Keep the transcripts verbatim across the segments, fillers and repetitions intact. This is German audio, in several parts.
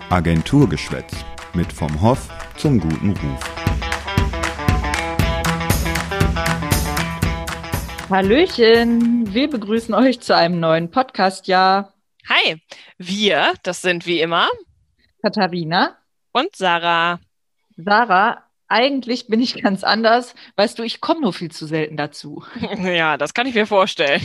Agenturgeschwätz mit vom Hoff zum guten Ruf. Hallöchen, wir begrüßen euch zu einem neuen Podcast-Jahr. Hi, wir, das sind wie immer Katharina und Sarah. Sarah, eigentlich bin ich ganz anders. Weißt du, ich komme nur viel zu selten dazu. Ja, das kann ich mir vorstellen.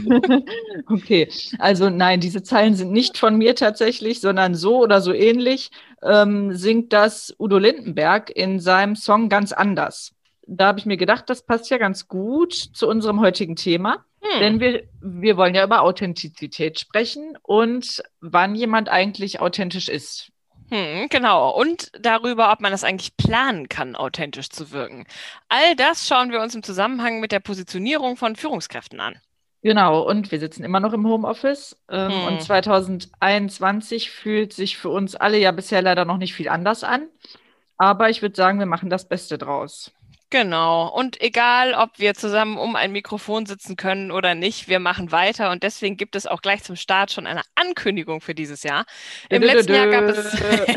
Okay, also nein, diese Zeilen sind nicht von mir tatsächlich, sondern so oder so ähnlich ähm, singt das Udo Lindenberg in seinem Song Ganz anders. Da habe ich mir gedacht, das passt ja ganz gut zu unserem heutigen Thema. Hm. Denn wir, wir wollen ja über Authentizität sprechen und wann jemand eigentlich authentisch ist. Hm, genau. Und darüber, ob man das eigentlich planen kann, authentisch zu wirken. All das schauen wir uns im Zusammenhang mit der Positionierung von Führungskräften an. Genau, und wir sitzen immer noch im Homeoffice. Ähm, hm. Und zwanzig einundzwanzig fühlt sich für uns alle ja bisher leider noch nicht viel anders an. Aber ich würde sagen, wir machen das Beste draus. Genau. Und egal, ob wir zusammen um ein Mikrofon sitzen können oder nicht, wir machen weiter. Und deswegen gibt es auch gleich zum Start schon eine Ankündigung für dieses Jahr. Im, letzten Jahr, gab es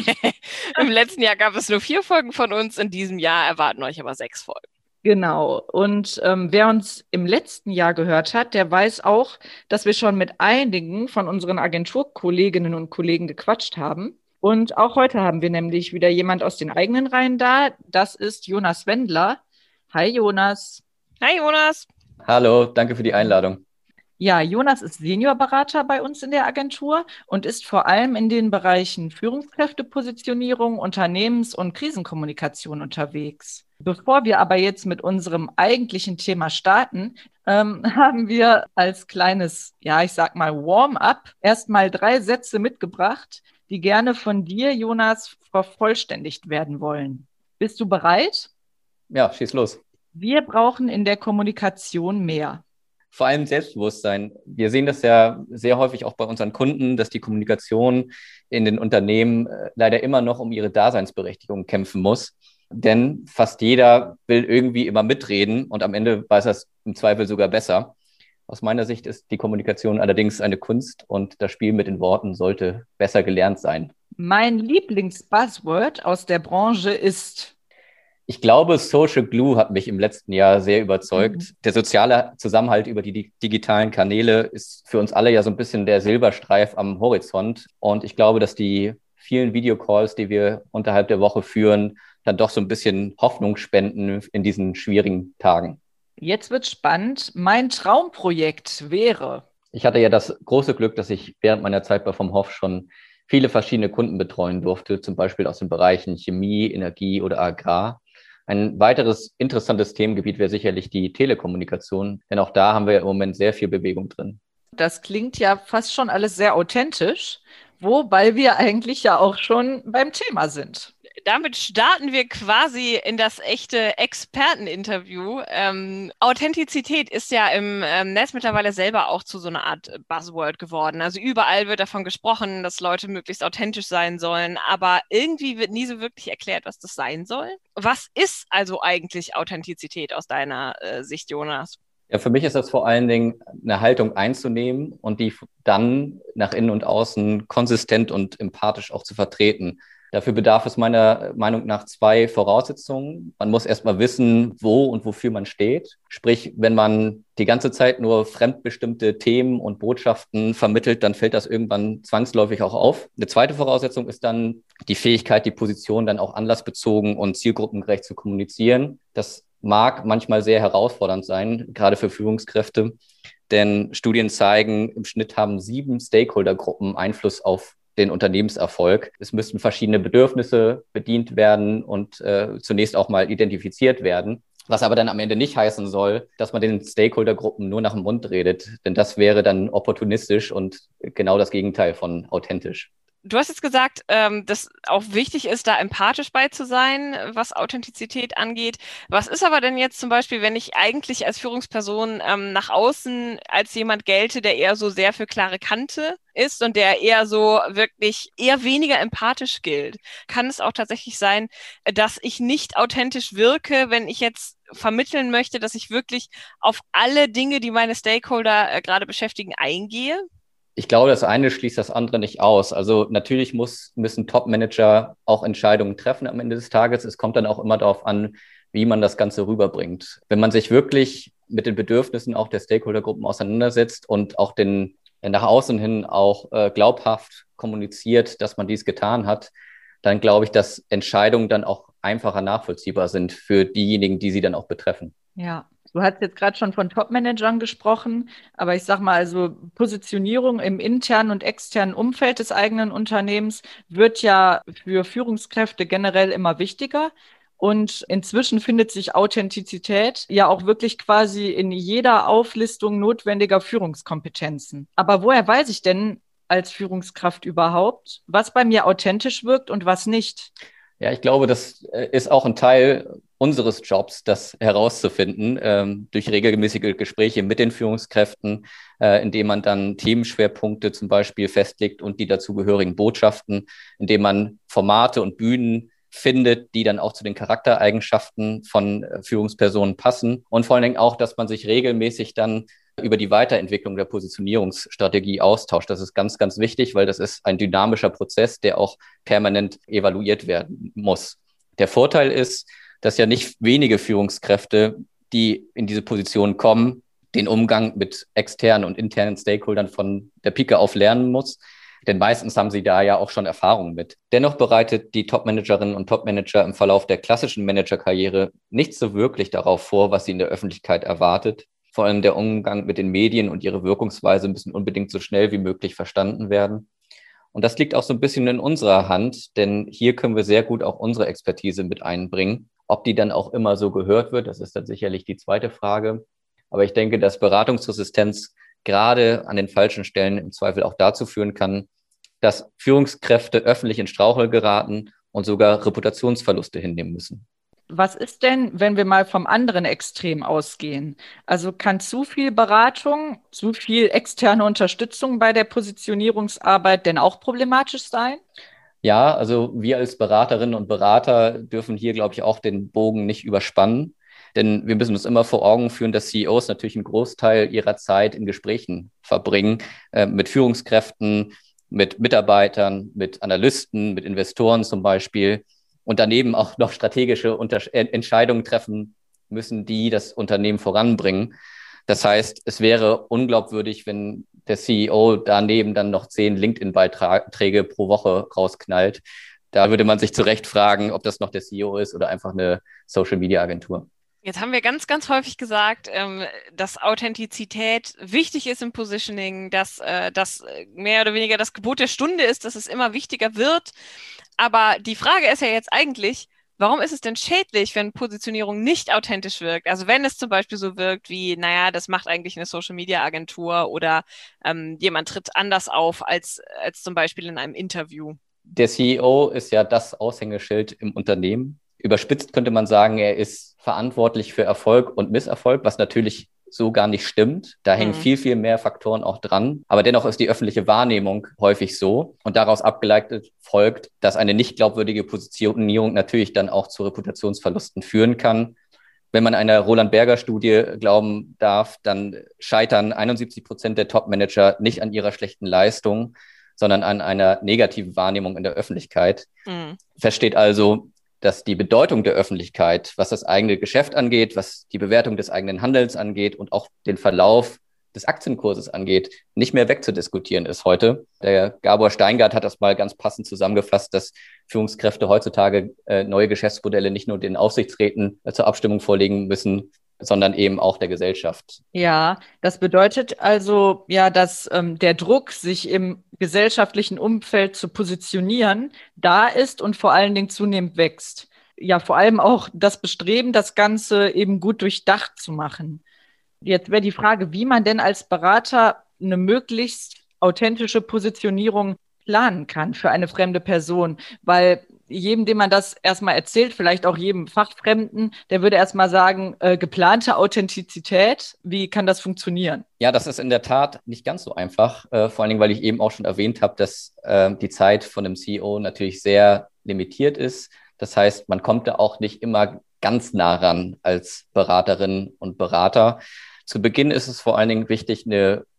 Im letzten Jahr gab es nur vier Folgen von uns. In diesem Jahr erwarten euch aber sechs Folgen. Genau. Und ähm, wer uns im letzten Jahr gehört hat, der weiß auch, dass wir schon mit einigen von unseren Agenturkolleginnen und Kollegen gequatscht haben. Und auch heute haben wir nämlich wieder jemand aus den eigenen Reihen da. Das ist Jonas Wendler. Hi Jonas. Hi Jonas. Hallo, danke für die Einladung. Ja, Jonas ist Seniorberater bei uns in der Agentur und ist vor allem in den Bereichen Führungskräftepositionierung, Unternehmens- und Krisenkommunikation unterwegs. Bevor wir aber jetzt mit unserem eigentlichen Thema starten, ähm, haben wir als kleines, ja, ich sag mal Warm-up erstmal drei Sätze mitgebracht, die gerne von dir, Jonas, vervollständigt werden wollen. Bist du bereit? Ja, schieß los. Wir brauchen in der Kommunikation mehr. Vor allem Selbstbewusstsein. Wir sehen das ja sehr häufig auch bei unseren Kunden, dass die Kommunikation in den Unternehmen leider immer noch um ihre Daseinsberechtigung kämpfen muss. Denn fast jeder will irgendwie immer mitreden und am Ende weiß er es im Zweifel sogar besser. Aus meiner Sicht ist die Kommunikation allerdings eine Kunst und das Spiel mit den Worten sollte besser gelernt sein. Mein Lieblingsbuzzword aus der Branche ist... Ich glaube, Social Glue hat mich im letzten Jahr sehr überzeugt. Mhm. Der soziale Zusammenhalt über die digitalen Kanäle ist für uns alle ja so ein bisschen der Silberstreif am Horizont. Und ich glaube, dass die vielen Videocalls, die wir unterhalb der Woche führen, dann doch so ein bisschen Hoffnung spenden in diesen schwierigen Tagen. Jetzt wird spannend. Mein Traumprojekt wäre... Ich hatte ja das große Glück, dass ich während meiner Zeit bei vom Hoff schon viele verschiedene Kunden betreuen durfte, zum Beispiel aus den Bereichen Chemie, Energie oder Agrar. Ein weiteres interessantes Themengebiet wäre sicherlich die Telekommunikation, denn auch da haben wir im Moment sehr viel Bewegung drin. Das klingt ja fast schon alles sehr authentisch, wobei wir eigentlich ja auch schon beim Thema sind. Damit starten wir quasi in das echte Experteninterview. Ähm, Authentizität ist ja im ähm, Netz mittlerweile selber auch zu so einer Art Buzzword geworden. Also überall wird davon gesprochen, dass Leute möglichst authentisch sein sollen, aber irgendwie wird nie so wirklich erklärt, was das sein soll. Was ist also eigentlich Authentizität aus deiner äh, Sicht, Jonas? Ja, für mich ist das vor allen Dingen eine Haltung einzunehmen und die dann nach innen und außen konsistent und empathisch auch zu vertreten. Dafür bedarf es meiner Meinung nach zwei Voraussetzungen. Man muss erstmal wissen, wo und wofür man steht. Sprich, wenn man die ganze Zeit nur fremdbestimmte Themen und Botschaften vermittelt, dann fällt das irgendwann zwangsläufig auch auf. Eine zweite Voraussetzung ist dann die Fähigkeit, die Position dann auch anlassbezogen und zielgruppengerecht zu kommunizieren. Das mag manchmal sehr herausfordernd sein, gerade für Führungskräfte. Denn Studien zeigen, im Schnitt haben sieben Stakeholdergruppen Einfluss auf den Unternehmenserfolg. Es müssten verschiedene Bedürfnisse bedient werden und äh, zunächst auch mal identifiziert werden. Was aber dann am Ende nicht heißen soll, dass man den Stakeholdergruppen nur nach dem Mund redet. Denn das wäre dann opportunistisch und genau das Gegenteil von authentisch. Du hast jetzt gesagt, ähm, dass auch wichtig ist, da empathisch bei zu sein, was Authentizität angeht. Was ist aber denn jetzt zum Beispiel, wenn ich eigentlich als Führungsperson ähm, nach außen als jemand gelte, der eher so sehr für klare Kante ist und der eher so wirklich eher weniger empathisch gilt? Kann es auch tatsächlich sein, dass ich nicht authentisch wirke, wenn ich jetzt vermitteln möchte, dass ich wirklich auf alle Dinge, die meine Stakeholder äh, gerade beschäftigen, eingehe? Ich glaube, das eine schließt das andere nicht aus. Also natürlich muss, müssen Top-Manager auch Entscheidungen treffen am Ende des Tages. Es kommt dann auch immer darauf an, wie man das Ganze rüberbringt. Wenn man sich wirklich mit den Bedürfnissen auch der Stakeholdergruppen auseinandersetzt und auch den nach außen hin auch äh, glaubhaft kommuniziert, dass man dies getan hat, dann glaube ich, dass Entscheidungen dann auch einfacher nachvollziehbar sind für diejenigen, die sie dann auch betreffen. Ja. Du hast jetzt gerade schon von Top-Managern gesprochen, aber ich sage mal, also Positionierung im internen und externen Umfeld des eigenen Unternehmens wird ja für Führungskräfte generell immer wichtiger. Und inzwischen findet sich Authentizität ja auch wirklich quasi in jeder Auflistung notwendiger Führungskompetenzen. Aber woher weiß ich denn als Führungskraft überhaupt, was bei mir authentisch wirkt und was nicht? Ja, ich glaube, das ist auch ein Teil unseres Jobs, das herauszufinden, ähm, durch regelmäßige Gespräche mit den Führungskräften, äh, indem man dann Themenschwerpunkte zum Beispiel festlegt und die dazugehörigen Botschaften, indem man Formate und Bühnen findet, die dann auch zu den Charaktereigenschaften von äh, Führungspersonen passen und vor allen Dingen auch, dass man sich regelmäßig dann über die Weiterentwicklung der Positionierungsstrategie austauscht. Das ist ganz, ganz wichtig, weil das ist ein dynamischer Prozess, der auch permanent evaluiert werden muss. Der Vorteil ist, dass ja nicht wenige Führungskräfte, die in diese Position kommen, den Umgang mit externen und internen Stakeholdern von der Pike auf lernen muss. Denn meistens haben sie da ja auch schon Erfahrung mit. Dennoch bereitet die Top-Managerinnen und Top-Manager im Verlauf der klassischen Managerkarriere nicht so wirklich darauf vor, was sie in der Öffentlichkeit erwartet. Vor allem der Umgang mit den Medien und ihre Wirkungsweise müssen unbedingt so schnell wie möglich verstanden werden. Und das liegt auch so ein bisschen in unserer Hand, denn hier können wir sehr gut auch unsere Expertise mit einbringen. Ob die dann auch immer so gehört wird, das ist dann sicherlich die zweite Frage. Aber ich denke, dass Beratungsresistenz gerade an den falschen Stellen im Zweifel auch dazu führen kann, dass Führungskräfte öffentlich in Straucheln geraten und sogar Reputationsverluste hinnehmen müssen. Was ist denn, wenn wir mal vom anderen Extrem ausgehen? Also kann zu viel Beratung, zu viel externe Unterstützung bei der Positionierungsarbeit denn auch problematisch sein? Ja, also wir als Beraterinnen und Berater dürfen hier, glaube ich, auch den Bogen nicht überspannen. Denn wir müssen uns immer vor Augen führen, dass C E Os natürlich einen Großteil ihrer Zeit in Gesprächen verbringen, äh, mit Führungskräften, mit Mitarbeitern, mit Analysten, mit Investoren zum Beispiel und daneben auch noch strategische Unters- Entscheidungen treffen müssen, die das Unternehmen voranbringen. Das heißt, es wäre unglaubwürdig, wenn der C E O daneben dann noch zehn LinkedIn-Beiträge pro Woche rausknallt. Da würde man sich zu Recht fragen, ob das noch der C E O ist oder einfach eine Social-Media-Agentur. Jetzt haben wir ganz, ganz häufig gesagt, ähm, dass Authentizität wichtig ist im Positioning, dass äh, das mehr oder weniger das Gebot der Stunde ist, dass es immer wichtiger wird. Aber die Frage ist ja jetzt eigentlich, warum ist es denn schädlich, wenn Positionierung nicht authentisch wirkt? Also wenn es zum Beispiel so wirkt wie, naja, das macht eigentlich eine Social-Media-Agentur oder ähm, jemand tritt anders auf als, als zum Beispiel in einem Interview. Der C E O ist ja das Aushängeschild im Unternehmen. Überspitzt könnte man sagen, er ist verantwortlich für Erfolg und Misserfolg, was natürlich so gar nicht stimmt. Da hängen mhm. viel, viel mehr Faktoren auch dran. Aber dennoch ist die öffentliche Wahrnehmung häufig so. Und daraus abgeleitet folgt, dass eine nicht glaubwürdige Positionierung natürlich dann auch zu Reputationsverlusten führen kann. Wenn man einer Roland-Berger-Studie glauben darf, dann scheitern einundsiebzig Prozent der Top-Manager nicht an ihrer schlechten Leistung, sondern an einer negativen Wahrnehmung in der Öffentlichkeit. Mhm. Versteht also, dass die Bedeutung der Öffentlichkeit, was das eigene Geschäft angeht, was die Bewertung des eigenen Handelns angeht und auch den Verlauf des Aktienkurses angeht, nicht mehr wegzudiskutieren ist heute. Der Gabor Steingart hat das mal ganz passend zusammengefasst, dass Führungskräfte heutzutage äh, neue Geschäftsmodelle nicht nur den Aufsichtsräten äh, zur Abstimmung vorlegen müssen, sondern eben auch der Gesellschaft. Ja, das bedeutet also ja, dass ähm, der Druck, sich im gesellschaftlichen Umfeld zu positionieren, da ist und vor allen Dingen zunehmend wächst. Ja, vor allem auch das Bestreben, das Ganze eben gut durchdacht zu machen. Jetzt wäre die Frage, wie man denn als Berater eine möglichst authentische Positionierung planen kann für eine fremde Person, weil jedem, dem man das erstmal erzählt, vielleicht auch jedem Fachfremden, der würde erstmal sagen, äh, geplante Authentizität, wie kann das funktionieren? Ja, das ist in der Tat nicht ganz so einfach, äh, vor allen Dingen, weil ich eben auch schon erwähnt habe, dass äh, die Zeit von einem C E O natürlich sehr limitiert ist. Das heißt, man kommt da auch nicht immer ganz nah ran als Beraterin und Berater. Zu Beginn ist es vor allen Dingen wichtig, eine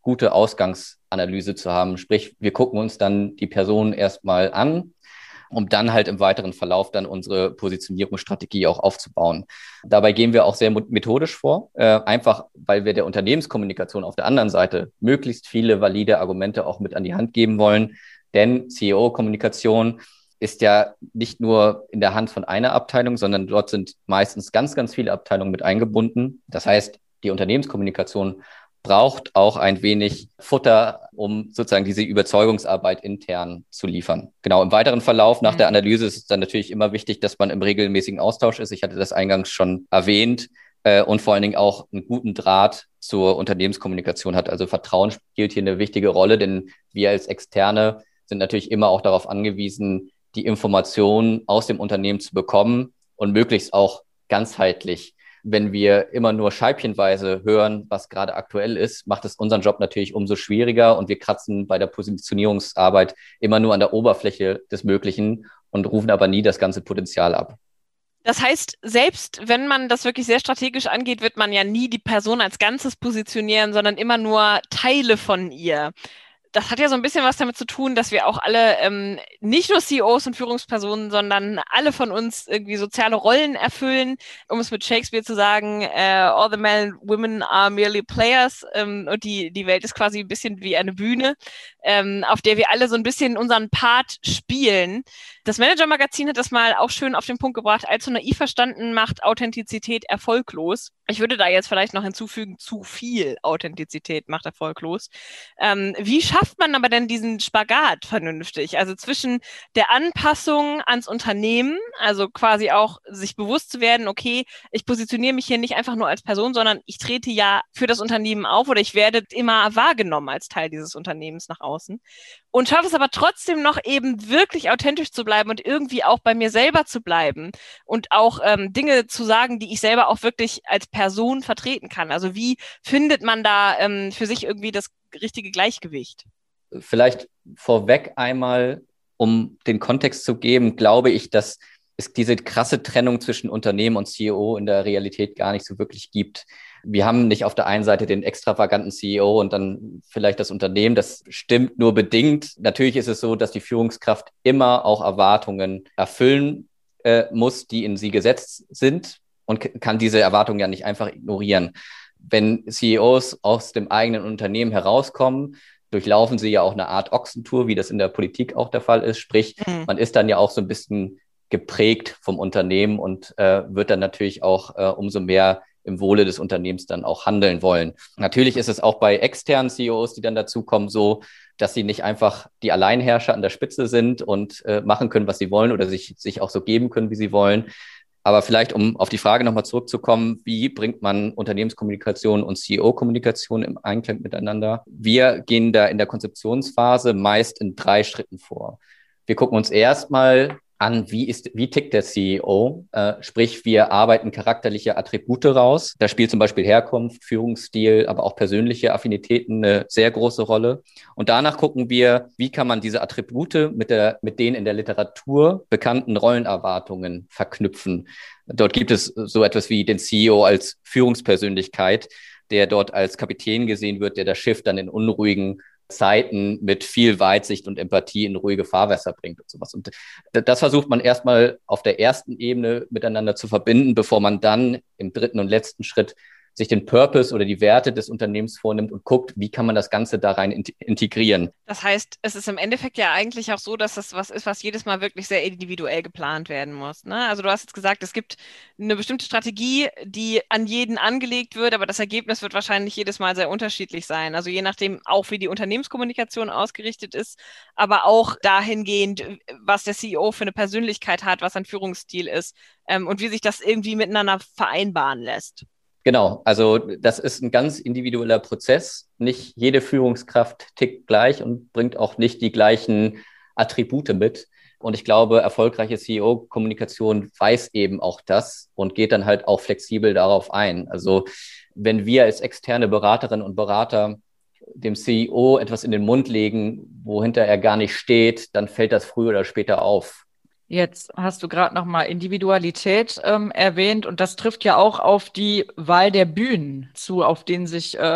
gute Ausgangsanalyse zu haben. Sprich, wir gucken uns dann die Person erstmal an, um dann halt im weiteren Verlauf dann unsere Positionierungsstrategie auch aufzubauen. Dabei gehen wir auch sehr methodisch vor, äh, einfach weil wir der Unternehmenskommunikation auf der anderen Seite möglichst viele valide Argumente auch mit an die Hand geben wollen. Denn C E O-Kommunikation ist ja nicht nur in der Hand von einer Abteilung, sondern dort sind meistens ganz, ganz viele Abteilungen mit eingebunden. Das heißt, die Unternehmenskommunikation braucht auch ein wenig Futter, um sozusagen diese Überzeugungsarbeit intern zu liefern. Genau, im weiteren Verlauf nach der Analyse ist es dann natürlich immer wichtig, dass man im regelmäßigen Austausch ist. Ich hatte das eingangs schon erwähnt äh, und vor allen Dingen auch einen guten Draht zur Unternehmenskommunikation hat. Also Vertrauen spielt hier eine wichtige Rolle, denn wir als Externe sind natürlich immer auch darauf angewiesen, die Informationen aus dem Unternehmen zu bekommen und möglichst auch ganzheitlich. Wenn wir immer nur scheibchenweise hören, was gerade aktuell ist, macht es unseren Job natürlich umso schwieriger und wir kratzen bei der Positionierungsarbeit immer nur an der Oberfläche des Möglichen und rufen aber nie das ganze Potenzial ab. Das heißt, selbst wenn man das wirklich sehr strategisch angeht, wird man ja nie die Person als Ganzes positionieren, sondern immer nur Teile von ihr. Das hat ja so ein bisschen was damit zu tun, dass wir auch alle, ähm, nicht nur C E Os und Führungspersonen, sondern alle von uns irgendwie soziale Rollen erfüllen, um es mit Shakespeare zu sagen, äh, all the men and women are merely players, ähm, und die, die Welt ist quasi ein bisschen wie eine Bühne, ähm, auf der wir alle so ein bisschen unseren Part spielen. Das Manager-Magazin hat das mal auch schön auf den Punkt gebracht, allzu naiv verstanden macht Authentizität erfolglos. Ich würde da jetzt vielleicht noch hinzufügen, zu viel Authentizität macht erfolglos. Ähm, wie schafft man aber denn diesen Spagat vernünftig? Also zwischen der Anpassung ans Unternehmen, also quasi auch sich bewusst zu werden, okay, ich positioniere mich hier nicht einfach nur als Person, sondern ich trete ja für das Unternehmen auf oder ich werde immer wahrgenommen als Teil dieses Unternehmens nach außen. Und schaffe es aber trotzdem noch eben wirklich authentisch zu bleiben und irgendwie auch bei mir selber zu bleiben und auch ähm, Dinge zu sagen, die ich selber auch wirklich als Person vertreten kann. Also wie findet man da ähm, für sich irgendwie das richtige Gleichgewicht? Vielleicht vorweg einmal, um den Kontext zu geben, glaube ich, dass es diese krasse Trennung zwischen Unternehmen und C E O in der Realität gar nicht so wirklich gibt. Wir haben nicht auf der einen Seite den extravaganten C E O und dann vielleicht das Unternehmen. Das stimmt nur bedingt. Natürlich ist es so, dass die Führungskraft immer auch Erwartungen erfüllen äh, muss, die in sie gesetzt sind und k- kann diese Erwartungen ja nicht einfach ignorieren. Wenn C E Os aus dem eigenen Unternehmen herauskommen, durchlaufen sie ja auch eine Art Ochsentour, wie das in der Politik auch der Fall ist. Sprich, mhm. man ist dann ja auch so ein bisschen geprägt vom Unternehmen und äh, wird dann natürlich auch äh, umso mehr im Wohle des Unternehmens dann auch handeln wollen. Natürlich ist es auch bei externen C E Os, die dann dazukommen, so, dass sie nicht einfach die Alleinherrscher an der Spitze sind und äh, machen können, was sie wollen oder sich, sich auch so geben können, wie sie wollen. Aber vielleicht, um auf die Frage nochmal zurückzukommen, wie bringt man Unternehmenskommunikation und C E O-Kommunikation im Einklang miteinander? Wir gehen da in der Konzeptionsphase meist in drei Schritten vor. Wir gucken uns erstmal an, wie ist, wie tickt der C E O? Äh, sprich, wir arbeiten charakterliche Attribute raus. Da spielt zum Beispiel Herkunft, Führungsstil, aber auch persönliche Affinitäten eine sehr große Rolle. Und danach gucken wir, wie kann man diese Attribute mit der, mit den in der Literatur bekannten Rollenerwartungen verknüpfen. Dort gibt es so etwas wie den C E O als Führungspersönlichkeit, der dort als Kapitän gesehen wird, der das Schiff dann in unruhigen Zeiten mit viel Weitsicht und Empathie in ruhige Fahrwässer bringt und sowas. Und das versucht man erstmal auf der ersten Ebene miteinander zu verbinden, bevor man dann im dritten und letzten Schritt sich den Purpose oder die Werte des Unternehmens vornimmt und guckt, wie kann man das Ganze da rein integrieren. Das heißt, es ist im Endeffekt ja eigentlich auch so, dass das was ist, was jedes Mal wirklich sehr individuell geplant werden muss, ne? Also du hast jetzt gesagt, es gibt eine bestimmte Strategie, die an jeden angelegt wird, aber das Ergebnis wird wahrscheinlich jedes Mal sehr unterschiedlich sein. Also je nachdem auch, wie die Unternehmenskommunikation ausgerichtet ist, aber auch dahingehend, was der C E O für eine Persönlichkeit hat, was sein Führungsstil ist, ähm, und wie sich das irgendwie miteinander vereinbaren lässt. Genau, also das ist ein ganz individueller Prozess. Nicht jede Führungskraft tickt gleich und bringt auch nicht die gleichen Attribute mit. Und ich glaube, erfolgreiche C E O-Kommunikation weiß eben auch das und geht dann halt auch flexibel darauf ein. Also wenn wir als externe Beraterinnen und Berater dem C E O etwas in den Mund legen, wohinter er gar nicht steht, dann fällt das früher oder später auf. Jetzt hast du gerade nochmal Individualität ähm, erwähnt und das trifft ja auch auf die Wahl der Bühnen zu, auf denen sich äh,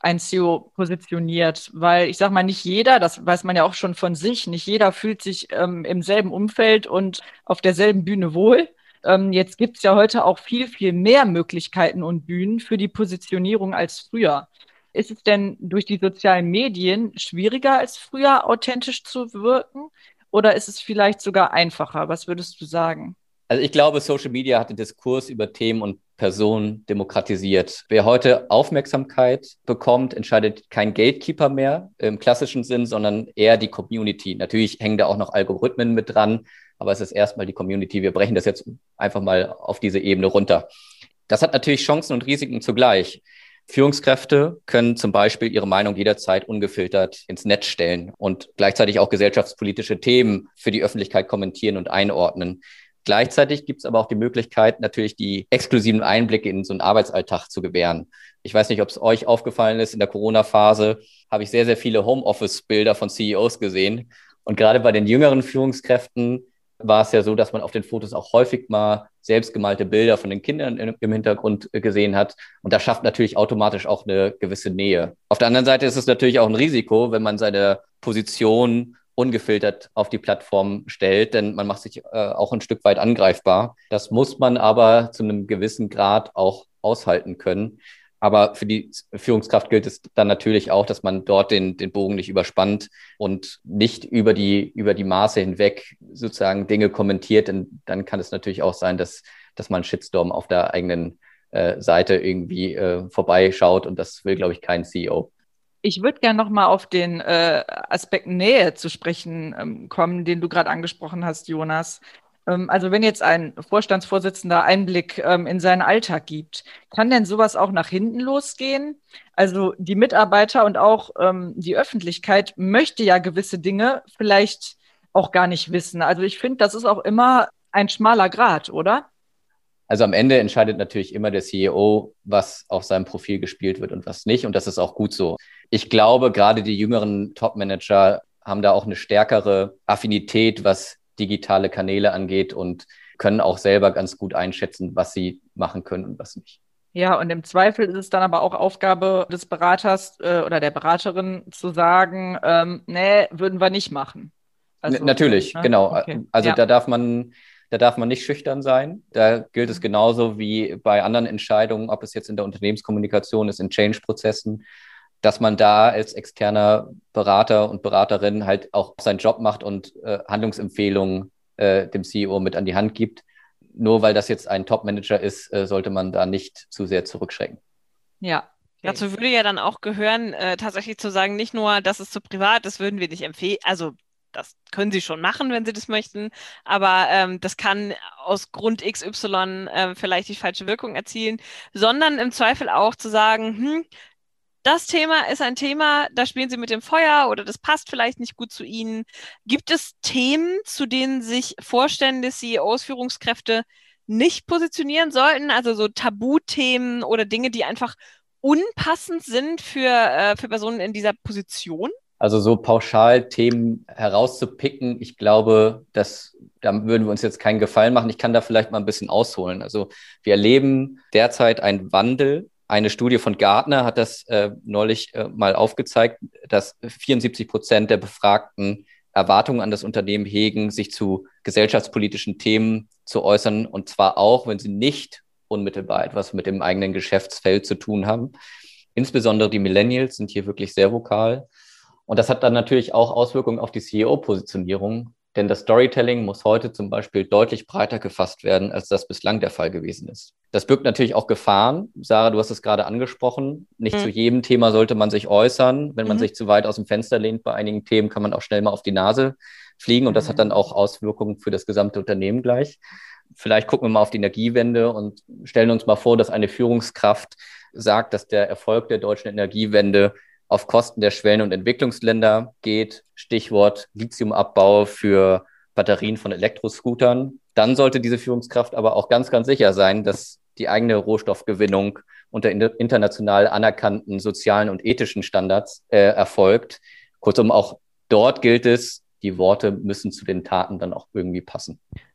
ein C E O positioniert? Weil ich sage mal, nicht jeder, das weiß man ja auch schon von sich, nicht jeder fühlt sich ähm, im selben Umfeld und auf derselben Bühne wohl. Ähm, jetzt gibt es ja heute auch viel, viel mehr Möglichkeiten und Bühnen für die Positionierung als früher. Ist es denn durch die sozialen Medien schwieriger als früher, authentisch zu wirken? Oder ist es vielleicht sogar einfacher? Was würdest du sagen? Also ich glaube, Social Media hat den Diskurs über Themen und Personen demokratisiert. Wer heute Aufmerksamkeit bekommt, entscheidet kein Gatekeeper mehr im klassischen Sinn, sondern eher die Community. Natürlich hängen da auch noch Algorithmen mit dran, aber es ist erstmal die Community. Wir brechen das jetzt einfach mal auf diese Ebene runter. Das hat natürlich Chancen und Risiken zugleich. Führungskräfte können zum Beispiel ihre Meinung jederzeit ungefiltert ins Netz stellen und gleichzeitig auch gesellschaftspolitische Themen für die Öffentlichkeit kommentieren und einordnen. Gleichzeitig gibt es aber auch die Möglichkeit, natürlich die exklusiven Einblicke in so einen Arbeitsalltag zu gewähren. Ich weiß nicht, ob es euch aufgefallen ist, in der Corona-Phase habe ich sehr, sehr viele Homeoffice-Bilder von C E Os gesehen. Und gerade bei den jüngeren Führungskräften war es ja so, dass man auf den Fotos auch häufig mal selbstgemalte Bilder von den Kindern im Hintergrund gesehen hat. Und das schafft natürlich automatisch auch eine gewisse Nähe. Auf der anderen Seite ist es natürlich auch ein Risiko, wenn man seine Position ungefiltert auf die Plattform stellt, denn man macht sich äh, auch ein Stück weit angreifbar. Das muss man aber zu einem gewissen Grad auch aushalten können. Aber für die Führungskraft gilt es dann natürlich auch, dass man dort den, den Bogen nicht überspannt und nicht über die, über die Maße hinweg sozusagen Dinge kommentiert. Denn dann kann es natürlich auch sein, dass, dass man einen Shitstorm auf der eigenen äh, Seite irgendwie äh, vorbeischaut. Und das will, glaube ich, kein C E O. Ich würde gerne noch mal auf den äh, Aspekt Nähe zu sprechen ähm, kommen, den du gerade angesprochen hast, Jonas. Ähm, also wenn jetzt ein Vorstandsvorsitzender Einblick ähm, in seinen Alltag gibt, kann denn sowas auch nach hinten losgehen? Also die Mitarbeiter und auch ähm, die Öffentlichkeit möchte ja gewisse Dinge vielleicht auch gar nicht wissen. Also ich finde, das ist auch immer ein schmaler Grat, oder? Also am Ende entscheidet natürlich immer der C E O, was auf seinem Profil gespielt wird und was nicht. Und das ist auch gut so. Ich glaube, gerade die jüngeren Top-Manager haben da auch eine stärkere Affinität, was digitale Kanäle angeht und können auch selber ganz gut einschätzen, was sie machen können und was nicht. Ja, und im Zweifel ist es dann aber auch Aufgabe des Beraters äh, oder der Beraterin zu sagen, ähm, nee, würden wir nicht machen. Also, N- natürlich, ne? genau. Okay. Also Ja. da darf man, da darf man nicht schüchtern sein. Da gilt es genauso wie bei anderen Entscheidungen, ob es jetzt in der Unternehmenskommunikation ist, in Change-Prozessen, dass man da als externer Berater und Beraterin halt auch seinen Job macht und äh, Handlungsempfehlungen äh, dem C E O mit an die Hand gibt. Nur weil das jetzt ein Top-Manager ist, äh, sollte man da nicht zu sehr zurückschrecken. Ja. Okay. Dazu würde ja dann auch gehören, äh, tatsächlich zu sagen, nicht nur, das ist zu privat, das würden wir nicht empfehlen, also das können Sie schon machen, wenn Sie das möchten, aber ähm, das kann aus Grund X Y äh, vielleicht die falsche Wirkung erzielen, sondern im Zweifel auch zu sagen, hm, das Thema ist ein Thema, da spielen Sie mit dem Feuer oder das passt vielleicht nicht gut zu Ihnen. Gibt es Themen, zu denen sich Vorstände, C E Os, Führungskräfte nicht positionieren sollten? Also so Tabuthemen oder Dinge, die einfach unpassend sind für, äh, für Personen in dieser Position? Also so pauschal Themen herauszupicken, ich glaube, dass, da würden wir uns jetzt keinen Gefallen machen. Ich kann da vielleicht mal ein bisschen ausholen. Also wir erleben derzeit einen Wandel. Eine Studie von Gartner hat das äh, neulich äh, mal aufgezeigt, dass vierundsiebzig Prozent der Befragten Erwartungen an das Unternehmen hegen, sich zu gesellschaftspolitischen Themen zu äußern, und zwar auch, wenn sie nicht unmittelbar etwas mit dem eigenen Geschäftsfeld zu tun haben. Insbesondere die Millennials sind hier wirklich sehr vokal. Und das hat dann natürlich auch Auswirkungen auf die C E O-Positionierung, denn das Storytelling muss heute zum Beispiel deutlich breiter gefasst werden, als das bislang der Fall gewesen ist. Das birgt natürlich auch Gefahren. Sarah, du hast es gerade angesprochen. Nicht mhm. zu jedem Thema sollte man sich äußern. Wenn man mhm. sich zu weit aus dem Fenster lehnt bei einigen Themen, kann man auch schnell mal auf die Nase fliegen. Und das mhm. hat dann auch Auswirkungen für das gesamte Unternehmen gleich. Vielleicht gucken wir mal auf die Energiewende und stellen uns mal vor, dass eine Führungskraft sagt, dass der Erfolg der deutschen Energiewende auf Kosten der Schwellen- und Entwicklungsländer geht. Stichwort Lithiumabbau für Batterien von Elektroscootern. Dann sollte diese Führungskraft aber auch ganz, ganz sicher sein, dass die eigene Rohstoffgewinnung unter international anerkannten sozialen und ethischen Standards äh, erfolgt. Kurzum, auch dort gilt es, die Worte müssen zu den Taten dann auch irgendwie passen.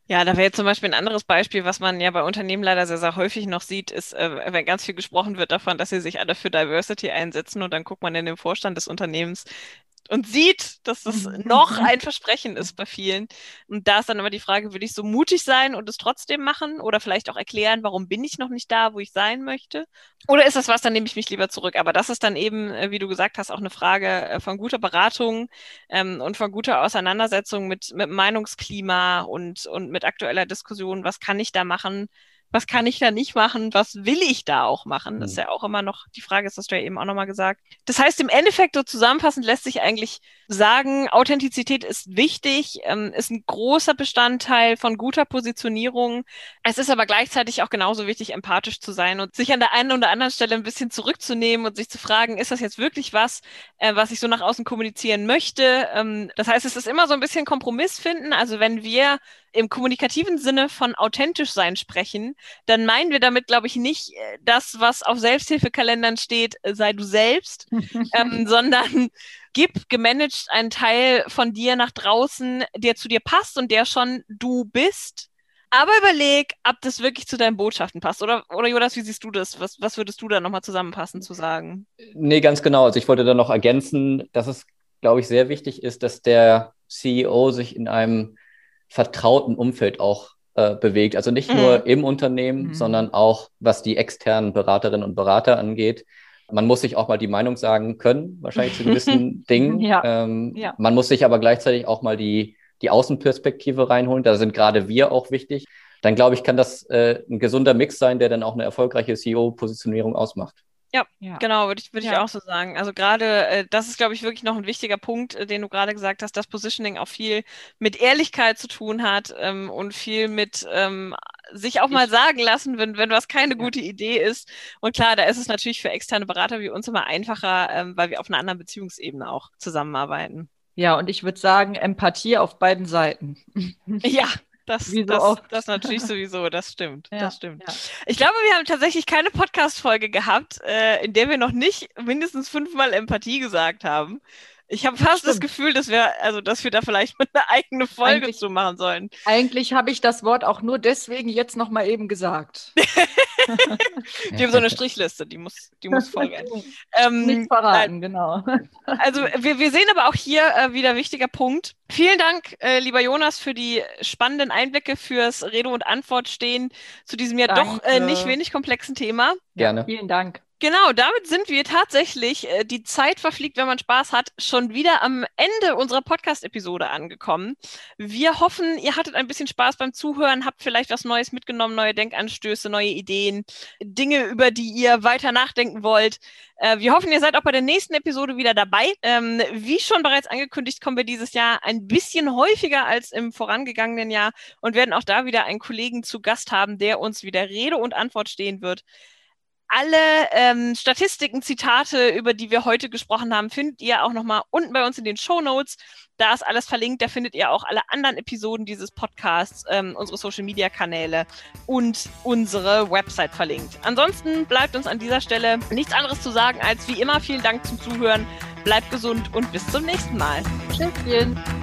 Ja, da wäre jetzt zum Beispiel ein anderes Beispiel, was man ja bei Unternehmen leider sehr, sehr häufig noch sieht, ist, äh, wenn ganz viel gesprochen wird davon, dass sie sich alle für Diversity einsetzen und dann guckt man in den Vorstand des Unternehmens und sieht, dass das noch ein Versprechen ist bei vielen. Und da ist dann immer die Frage, will ich so mutig sein und es trotzdem machen oder vielleicht auch erklären, warum bin ich noch nicht da, wo ich sein möchte? Oder ist das was, dann nehme ich mich lieber zurück. Aber das ist dann eben, wie du gesagt hast, auch eine Frage von guter Beratung ähm, und von guter Auseinandersetzung mit, mit Meinungsklima und, und mit aktueller Diskussion. Was kann ich da machen? Was kann ich da nicht machen? Was will ich da auch machen? Das ist ja auch immer noch die Frage, das hast du ja eben auch nochmal gesagt. Das heißt, im Endeffekt so zusammenfassend lässt sich eigentlich sagen, Authentizität ist wichtig, ähm, ist ein großer Bestandteil von guter Positionierung. Es ist aber gleichzeitig auch genauso wichtig, empathisch zu sein und sich an der einen oder anderen Stelle ein bisschen zurückzunehmen und sich zu fragen, ist das jetzt wirklich was, äh, was ich so nach außen kommunizieren möchte? Ähm, das heißt, es ist immer so ein bisschen Kompromiss finden. Also wenn wir im kommunikativen Sinne von authentisch sein sprechen, dann meinen wir damit, glaube ich, nicht das, was auf Selbsthilfekalendern steht, sei du selbst, ähm, sondern gib gemanagt einen Teil von dir nach draußen, der zu dir passt und der schon du bist. Aber überleg, ob das wirklich zu deinen Botschaften passt. Oder, oder Jonas, wie siehst du das? Was, was würdest du da nochmal zusammenfassend zu sagen? Nee, ganz genau. Also ich wollte da noch ergänzen, dass es, glaube ich, sehr wichtig ist, dass der C E O sich in einem vertrauten Umfeld auch äh, bewegt. Also nicht mhm. nur im Unternehmen, mhm. sondern auch, was die externen Beraterinnen und Berater angeht. Man muss sich auch mal die Meinung sagen können, wahrscheinlich zu gewissen Dingen. Ja. Ähm, ja. Man muss sich aber gleichzeitig auch mal die, die Außenperspektive reinholen. Da sind gerade wir auch wichtig. Dann, glaube ich, kann das äh, ein gesunder Mix sein, der dann auch eine erfolgreiche C E O-Positionierung ausmacht. Ja, ja, genau, würde ich, würde ja. ich auch so sagen. Also gerade, äh, das ist, glaube ich, wirklich noch ein wichtiger Punkt, äh, den du gerade gesagt hast, dass Positioning auch viel mit Ehrlichkeit zu tun hat ähm, und viel mit ähm, sich auch mal ich, sagen lassen, wenn, wenn was keine ja. gute Idee ist. Und klar, da ist es natürlich für externe Berater wie uns immer einfacher, ähm, weil wir auf einer anderen Beziehungsebene auch zusammenarbeiten. Ja, und ich würde sagen, Empathie auf beiden Seiten. Ja. Das, so das, das natürlich sowieso, das stimmt, ja, das stimmt. Ja. Ich glaube, wir haben tatsächlich keine Podcast-Folge gehabt, äh, in der wir noch nicht mindestens fünfmal Empathie gesagt haben. Ich habe fast stimmt. das Gefühl, dass wir, also, dass wir da vielleicht mal eine eigene Folge eigentlich, zu machen sollen. Eigentlich habe ich das Wort auch nur deswegen jetzt noch mal eben gesagt. Wir haben so eine Strichliste, die muss, die muss voll werden. Ähm, Nicht verraten, nein. genau. Also wir, wir sehen aber auch hier äh, wieder wichtiger Punkt. Vielen Dank, äh, lieber Jonas, für die spannenden Einblicke, fürs Rede und Antwort stehen zu diesem ja Danke. doch äh, nicht wenig komplexen Thema. Gerne. Ja, vielen Dank. Genau, damit sind wir tatsächlich, äh, die Zeit verfliegt, wenn man Spaß hat, schon wieder am Ende unserer Podcast-Episode angekommen. Wir hoffen, ihr hattet ein bisschen Spaß beim Zuhören, habt vielleicht was Neues mitgenommen, neue Denkanstöße, neue Ideen, Dinge, über die ihr weiter nachdenken wollt. Äh, wir hoffen, ihr seid auch bei der nächsten Episode wieder dabei. Ähm, wie schon bereits angekündigt, kommen wir dieses Jahr ein bisschen häufiger als im vorangegangenen Jahr und werden auch da wieder einen Kollegen zu Gast haben, der uns wieder Rede und Antwort stehen wird. Alle ähm, Statistiken, Zitate, über die wir heute gesprochen haben, findet ihr auch nochmal unten bei uns in den Shownotes. Da ist alles verlinkt. Da findet ihr auch alle anderen Episoden dieses Podcasts, ähm, unsere Social-Media-Kanäle und unsere Website verlinkt. Ansonsten bleibt uns an dieser Stelle nichts anderes zu sagen als wie immer vielen Dank zum Zuhören. Bleibt gesund und bis zum nächsten Mal. Tschüsschen.